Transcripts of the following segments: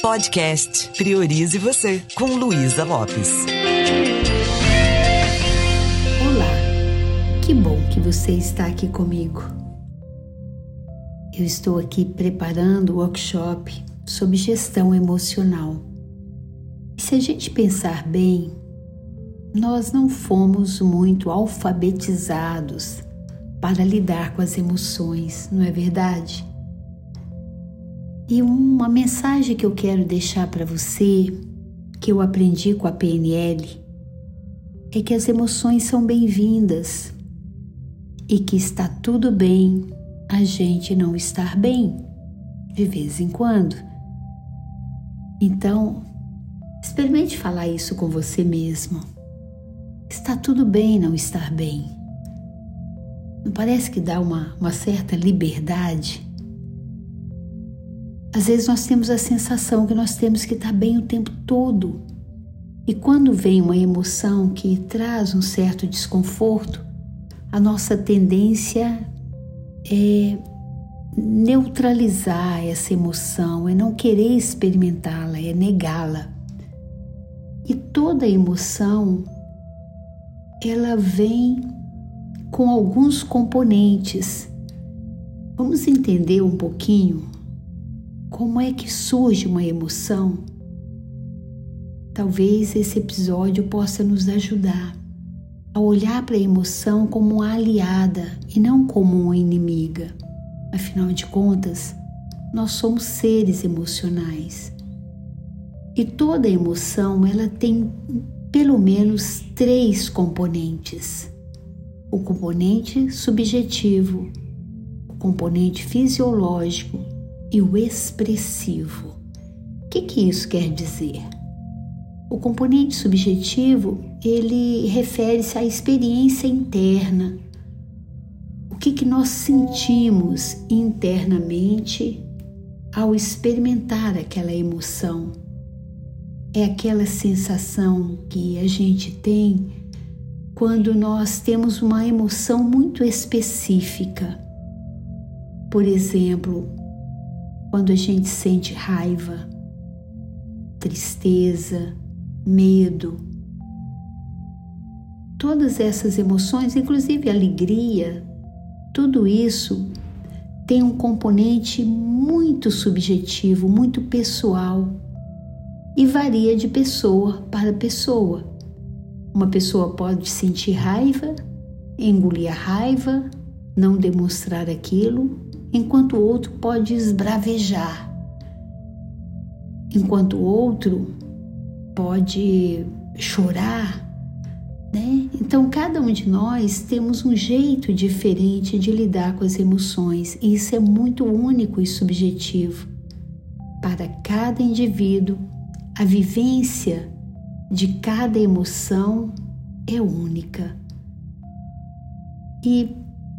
Podcast Priorize Você, com Luísa Lopes. Olá, que bom que você está aqui comigo. Eu estou aqui preparando o workshop sobre gestão emocional. E se a gente pensar bem, nós não fomos muito alfabetizados para lidar com as emoções, não é verdade? E uma mensagem que eu quero deixar para você, que eu aprendi com a PNL, é que as emoções são bem-vindas e que está tudo bem a gente não estar bem, de vez em quando. Então, experimente falar isso com você mesmo. Está tudo bem não estar bem. Não parece que dá uma certa liberdade? Às vezes nós temos a sensação que nós temos que estar bem o tempo todo. E quando vem uma emoção que traz um certo desconforto, a nossa tendência é neutralizar essa emoção, é não querer experimentá-la, é negá-la. E toda emoção, ela vem com alguns componentes. Vamos entender um pouquinho como é que surge uma emoção? Talvez esse episódio possa nos ajudar a olhar para a emoção como uma aliada e não como uma inimiga. Afinal de contas, nós somos seres emocionais. E toda emoção, ela tem pelo menos 3 componentes. O componente subjetivo, o componente fisiológico e o expressivo. O que isso quer dizer? O componente subjetivo, ele refere-se à experiência interna. O que nós sentimos internamente ao experimentar aquela emoção. É aquela sensação que a gente tem quando nós temos uma emoção muito específica. Por exemplo, quando a gente sente raiva, tristeza, medo. Todas essas emoções, inclusive alegria, tudo isso tem um componente muito subjetivo, muito pessoal e varia de pessoa para pessoa. Uma pessoa pode sentir raiva, engolir a raiva, não demonstrar aquilo, enquanto o outro pode esbravejar. Enquanto o outro pode chorar, né? Então, cada um de nós temos um jeito diferente de lidar com as emoções, e isso é muito único e subjetivo. Para cada indivíduo, a vivência de cada emoção é única. E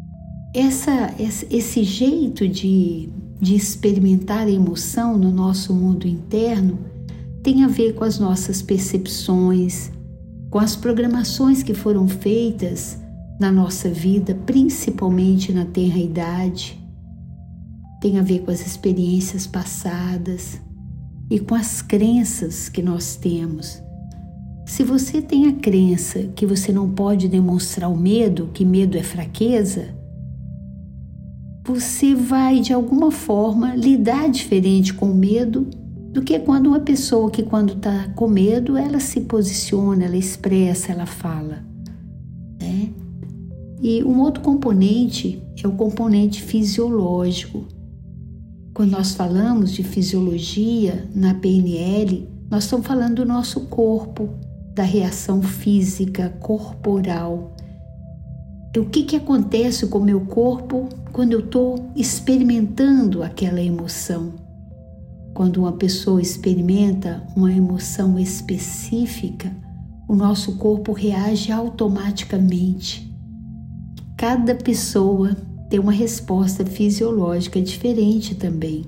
esse jeito de experimentar a emoção no nosso mundo interno tem a ver com as nossas percepções, com as programações que foram feitas na nossa vida, principalmente na tenra idade. Tem a ver com as experiências passadas e com as crenças que nós temos. Se você tem a crença que você não pode demonstrar o medo, que medo é fraqueza, você vai, de alguma forma, lidar diferente com o medo do que quando uma pessoa que, quando está com medo, ela se posiciona, ela expressa, ela fala, né? E um outro componente é o componente fisiológico. Quando nós falamos de fisiologia na PNL, nós estamos falando do nosso corpo, da reação física, corporal. O que acontece com o meu corpo quando eu estou experimentando aquela emoção? Quando uma pessoa experimenta uma emoção específica, o nosso corpo reage automaticamente. Cada pessoa tem uma resposta fisiológica diferente também.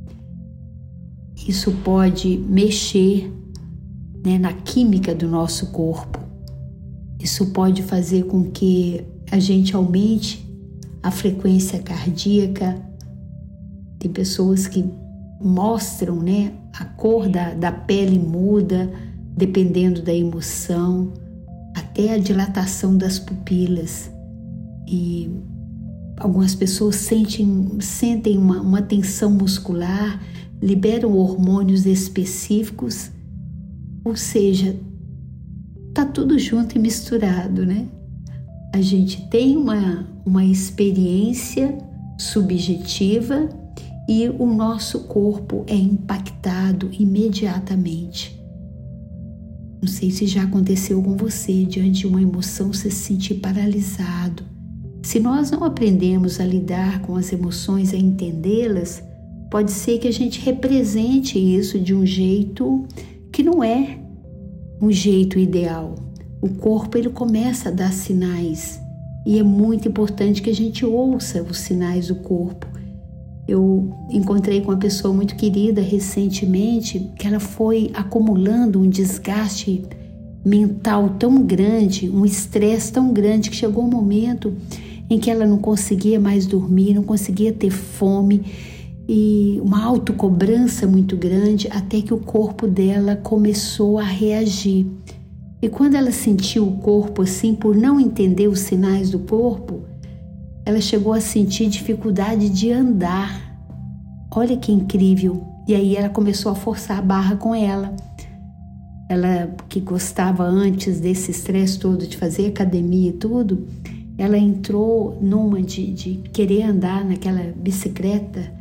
Isso pode mexer, né, na química do nosso corpo. Isso pode fazer com que a gente aumente a frequência cardíaca. Tem pessoas que mostram, né? A cor da pele muda dependendo da emoção, até a dilatação das pupilas. E algumas pessoas sentem uma tensão muscular, liberam hormônios específicos, ou seja, tá tudo junto e misturado, né? A gente tem uma experiência subjetiva e o nosso corpo é impactado imediatamente. Não sei se já aconteceu com você, diante de uma emoção, você se sentir paralisado. Se nós não aprendemos a lidar com as emoções, a entendê-las, pode ser que a gente represente isso de um jeito que não é um jeito ideal. O corpo, ele começa a dar sinais e é muito importante que a gente ouça os sinais do corpo. Eu encontrei com uma pessoa muito querida recentemente, que ela foi acumulando um desgaste mental tão grande, um estresse tão grande, que chegou um momento em que ela não conseguia mais dormir, não conseguia ter fome, e uma autocobrança muito grande, até que o corpo dela começou a reagir. E quando ela sentiu o corpo assim, por não entender os sinais do corpo, ela chegou a sentir dificuldade de andar. Olha que incrível! E aí ela começou a forçar a barra com ela. Ela, que gostava antes desse estresse todo de fazer academia e tudo, ela entrou numa de querer andar naquela bicicleta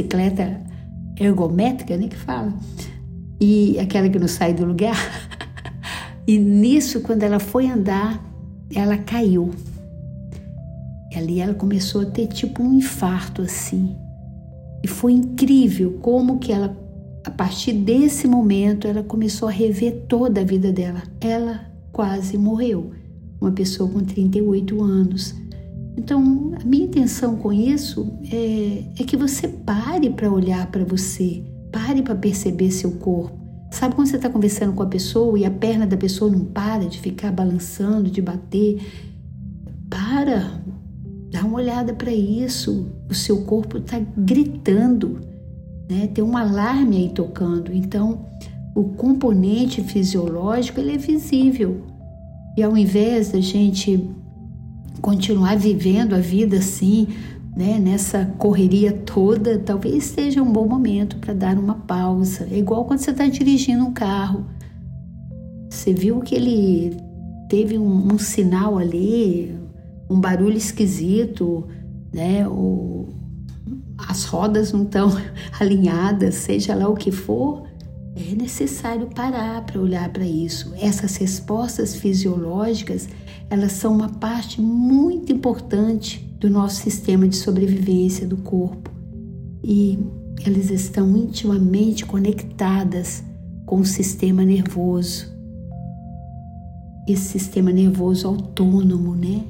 ergométrica, né, que fala, e aquela que não sai do lugar. E nisso, quando ela foi andar, ela caiu. E ali ela começou a ter tipo um infarto assim. E foi incrível como que ela, a partir desse momento, ela começou a rever toda a vida dela. Ela quase morreu, uma pessoa com 38 anos. Então, a minha intenção com isso é que você pare para olhar para você, pare para perceber seu corpo. Sabe quando você está conversando com a pessoa e a perna da pessoa não para de ficar balançando, de bater? Para, dá uma olhada para isso. O seu corpo está gritando, né? Tem um alarme aí tocando. Então, o componente fisiológico, ele é visível. E ao invés da gente continuar vivendo a vida assim, né, nessa correria toda, talvez seja um bom momento para dar uma pausa. É igual quando você está dirigindo um carro. Você viu que ele teve um sinal ali, um barulho esquisito, né? As rodas não estão alinhadas, seja lá o que for. É necessário parar para olhar para isso. Essas respostas fisiológicas, elas são uma parte muito importante do nosso sistema de sobrevivência do corpo. E elas estão intimamente conectadas com o sistema nervoso. Esse sistema nervoso autônomo, né?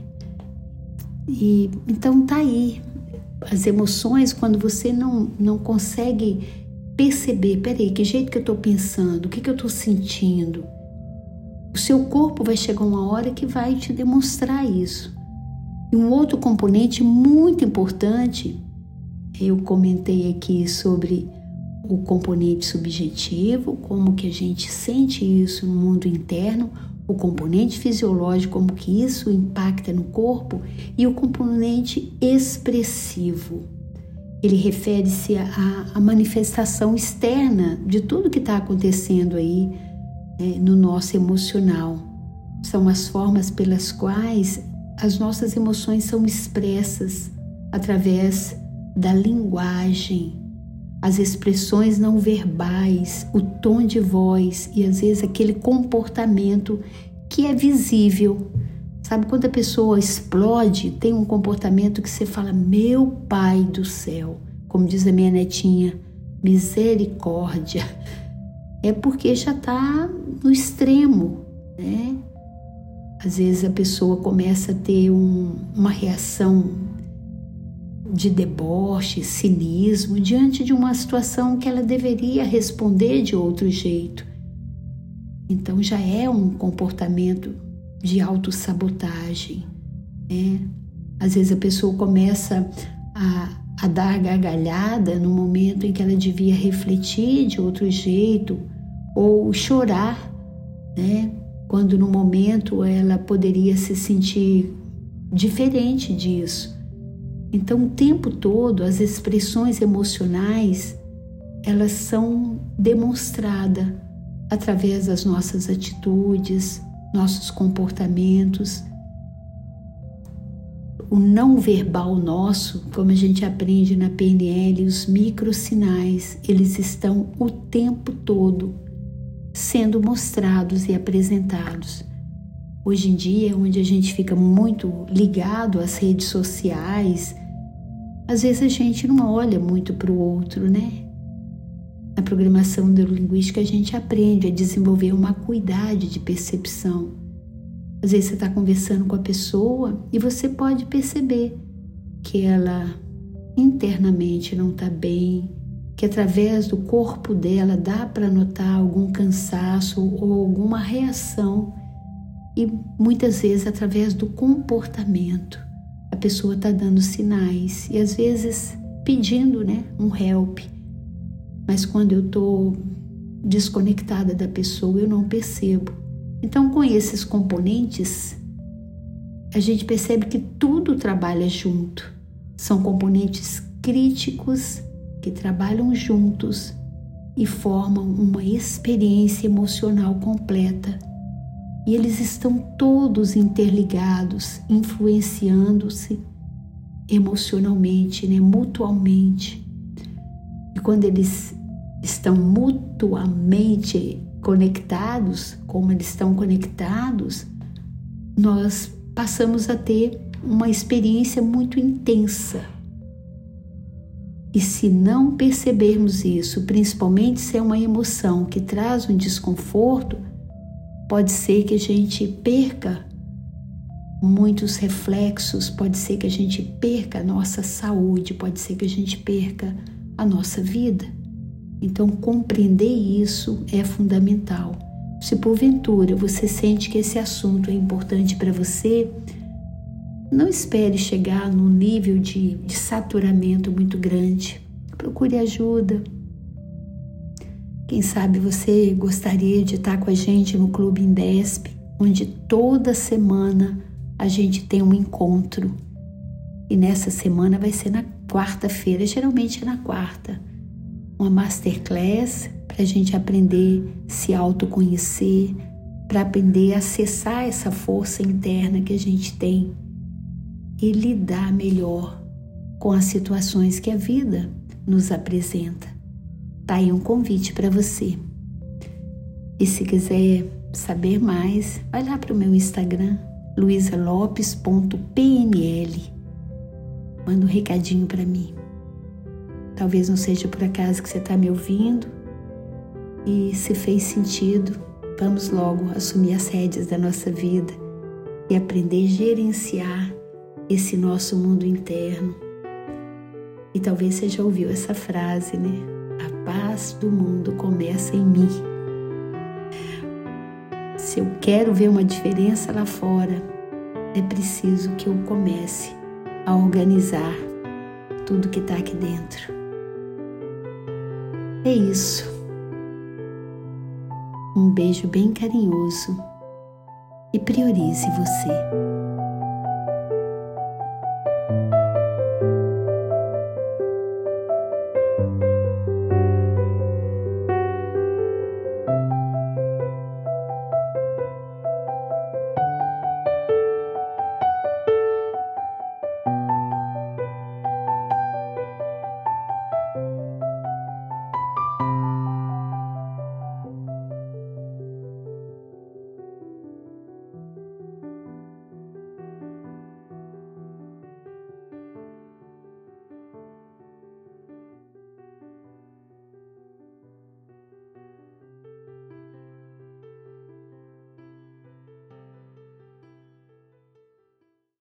E então tá aí. As emoções, quando você não consegue perceber, peraí, que jeito que eu estou pensando, o que eu estou sentindo, o seu corpo vai chegar uma hora que vai te demonstrar isso. E um outro componente muito importante, eu comentei aqui sobre o componente subjetivo, como que a gente sente isso no mundo interno, o componente fisiológico, como que isso impacta no corpo, e o componente expressivo. Ele refere-se à manifestação externa de tudo que está acontecendo aí, né, no nosso emocional. São as formas pelas quais as nossas emoções são expressas através da linguagem, as expressões não verbais, o tom de voz e às vezes aquele comportamento que é visível. Sabe, quando a pessoa explode, tem um comportamento que você fala, meu pai do céu, como diz a minha netinha, misericórdia. É porque já está no extremo, né? Às vezes a pessoa começa a ter uma reação de deboche, cinismo, diante de uma situação que ela deveria responder de outro jeito. Então já é um comportamento de autossabotagem, né? Às vezes a pessoa começa a dar gargalhada no momento em que ela devia refletir de outro jeito ou chorar, né? Quando no momento ela poderia se sentir diferente disso. Então, o tempo todo, as expressões emocionais, elas são demonstradas através das nossas atitudes, nossos comportamentos. O não verbal nosso, como a gente aprende na PNL, os microsinais, eles estão o tempo todo sendo mostrados e apresentados. Hoje em dia, onde a gente fica muito ligado às redes sociais, às vezes a gente não olha muito para o outro, né? Na programação neurolinguística a gente aprende a desenvolver uma acuidade de percepção. Às vezes você está conversando com a pessoa e você pode perceber que ela internamente não está bem, que através do corpo dela dá para notar algum cansaço ou alguma reação, e muitas vezes através do comportamento a pessoa está dando sinais e às vezes pedindo, né, um help, mas quando eu estou desconectada da pessoa eu não percebo. Então, com esses componentes a gente percebe que tudo trabalha junto, são componentes críticos que trabalham juntos e formam uma experiência emocional completa. E eles estão todos interligados, influenciando-se emocionalmente, né, mutualmente. E quando eles estão mutuamente conectados, como eles estão conectados, nós passamos a ter uma experiência muito intensa. E se não percebermos isso, principalmente se é uma emoção que traz um desconforto, pode ser que a gente perca muitos reflexos, pode ser que a gente perca a nossa saúde, pode ser que a gente perca a nossa vida. Então, compreender isso é fundamental. Se porventura você sente que esse assunto é importante para você, não espere chegar num nível de saturamento muito grande. Procure ajuda. Quem sabe você gostaria de estar com a gente no Clube Indesp, onde toda semana a gente tem um encontro. E nessa semana vai ser na quarta-feira, geralmente é na quarta. Uma masterclass para a gente aprender a se autoconhecer, para aprender a acessar essa força interna que a gente tem e lidar melhor com as situações que a vida nos apresenta. Tá aí um convite para você. E se quiser saber mais, vai lá para o meu Instagram, luisalopes.pnl. Manda um recadinho para mim. Talvez não seja por acaso que você está me ouvindo, e se fez sentido, vamos logo assumir as rédeas da nossa vida e aprender a gerenciar esse nosso mundo interno. E talvez você já ouviu essa frase, né? A paz do mundo começa em mim. Se eu quero ver uma diferença lá fora, é preciso que eu comece a organizar tudo que está aqui dentro. É isso. Um beijo bem carinhoso e priorize você.